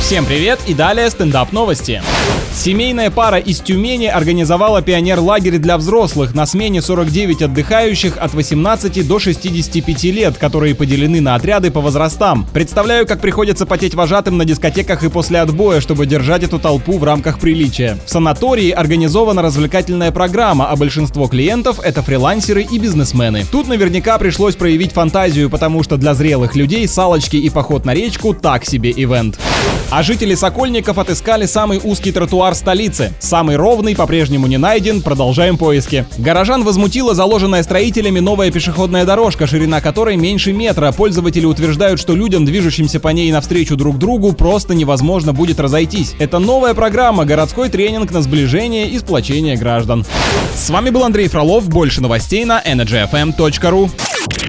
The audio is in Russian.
Всем привет и далее стендап новости. Семейная пара из Тюмени организовала пионер-лагерь для взрослых. На смене 49 отдыхающих от 18 до 65 лет, которые поделены на отряды по возрастам. Представляю, как приходится потеть вожатым на дискотеках и после отбоя, чтобы держать эту толпу в рамках приличия. В санатории организована развлекательная программа, а большинство клиентов — это фрилансеры и бизнесмены. Тут наверняка пришлось проявить фантазию, потому что для зрелых людей салочки и поход на речку — так себе ивент. А жители Сокольников отыскали самый узкий тротуар столицы. Самый ровный по-прежнему не найден, продолжаем поиски. Горожан возмутила заложенная строителями новая пешеходная дорожка, ширина которой меньше метра. Пользователи утверждают, что людям, движущимся по ней навстречу друг другу, просто невозможно будет разойтись. Это новая программа, городской тренинг на сближение и сплочение граждан. С вами был Андрей Фролов. Больше новостей на energyfm.ru.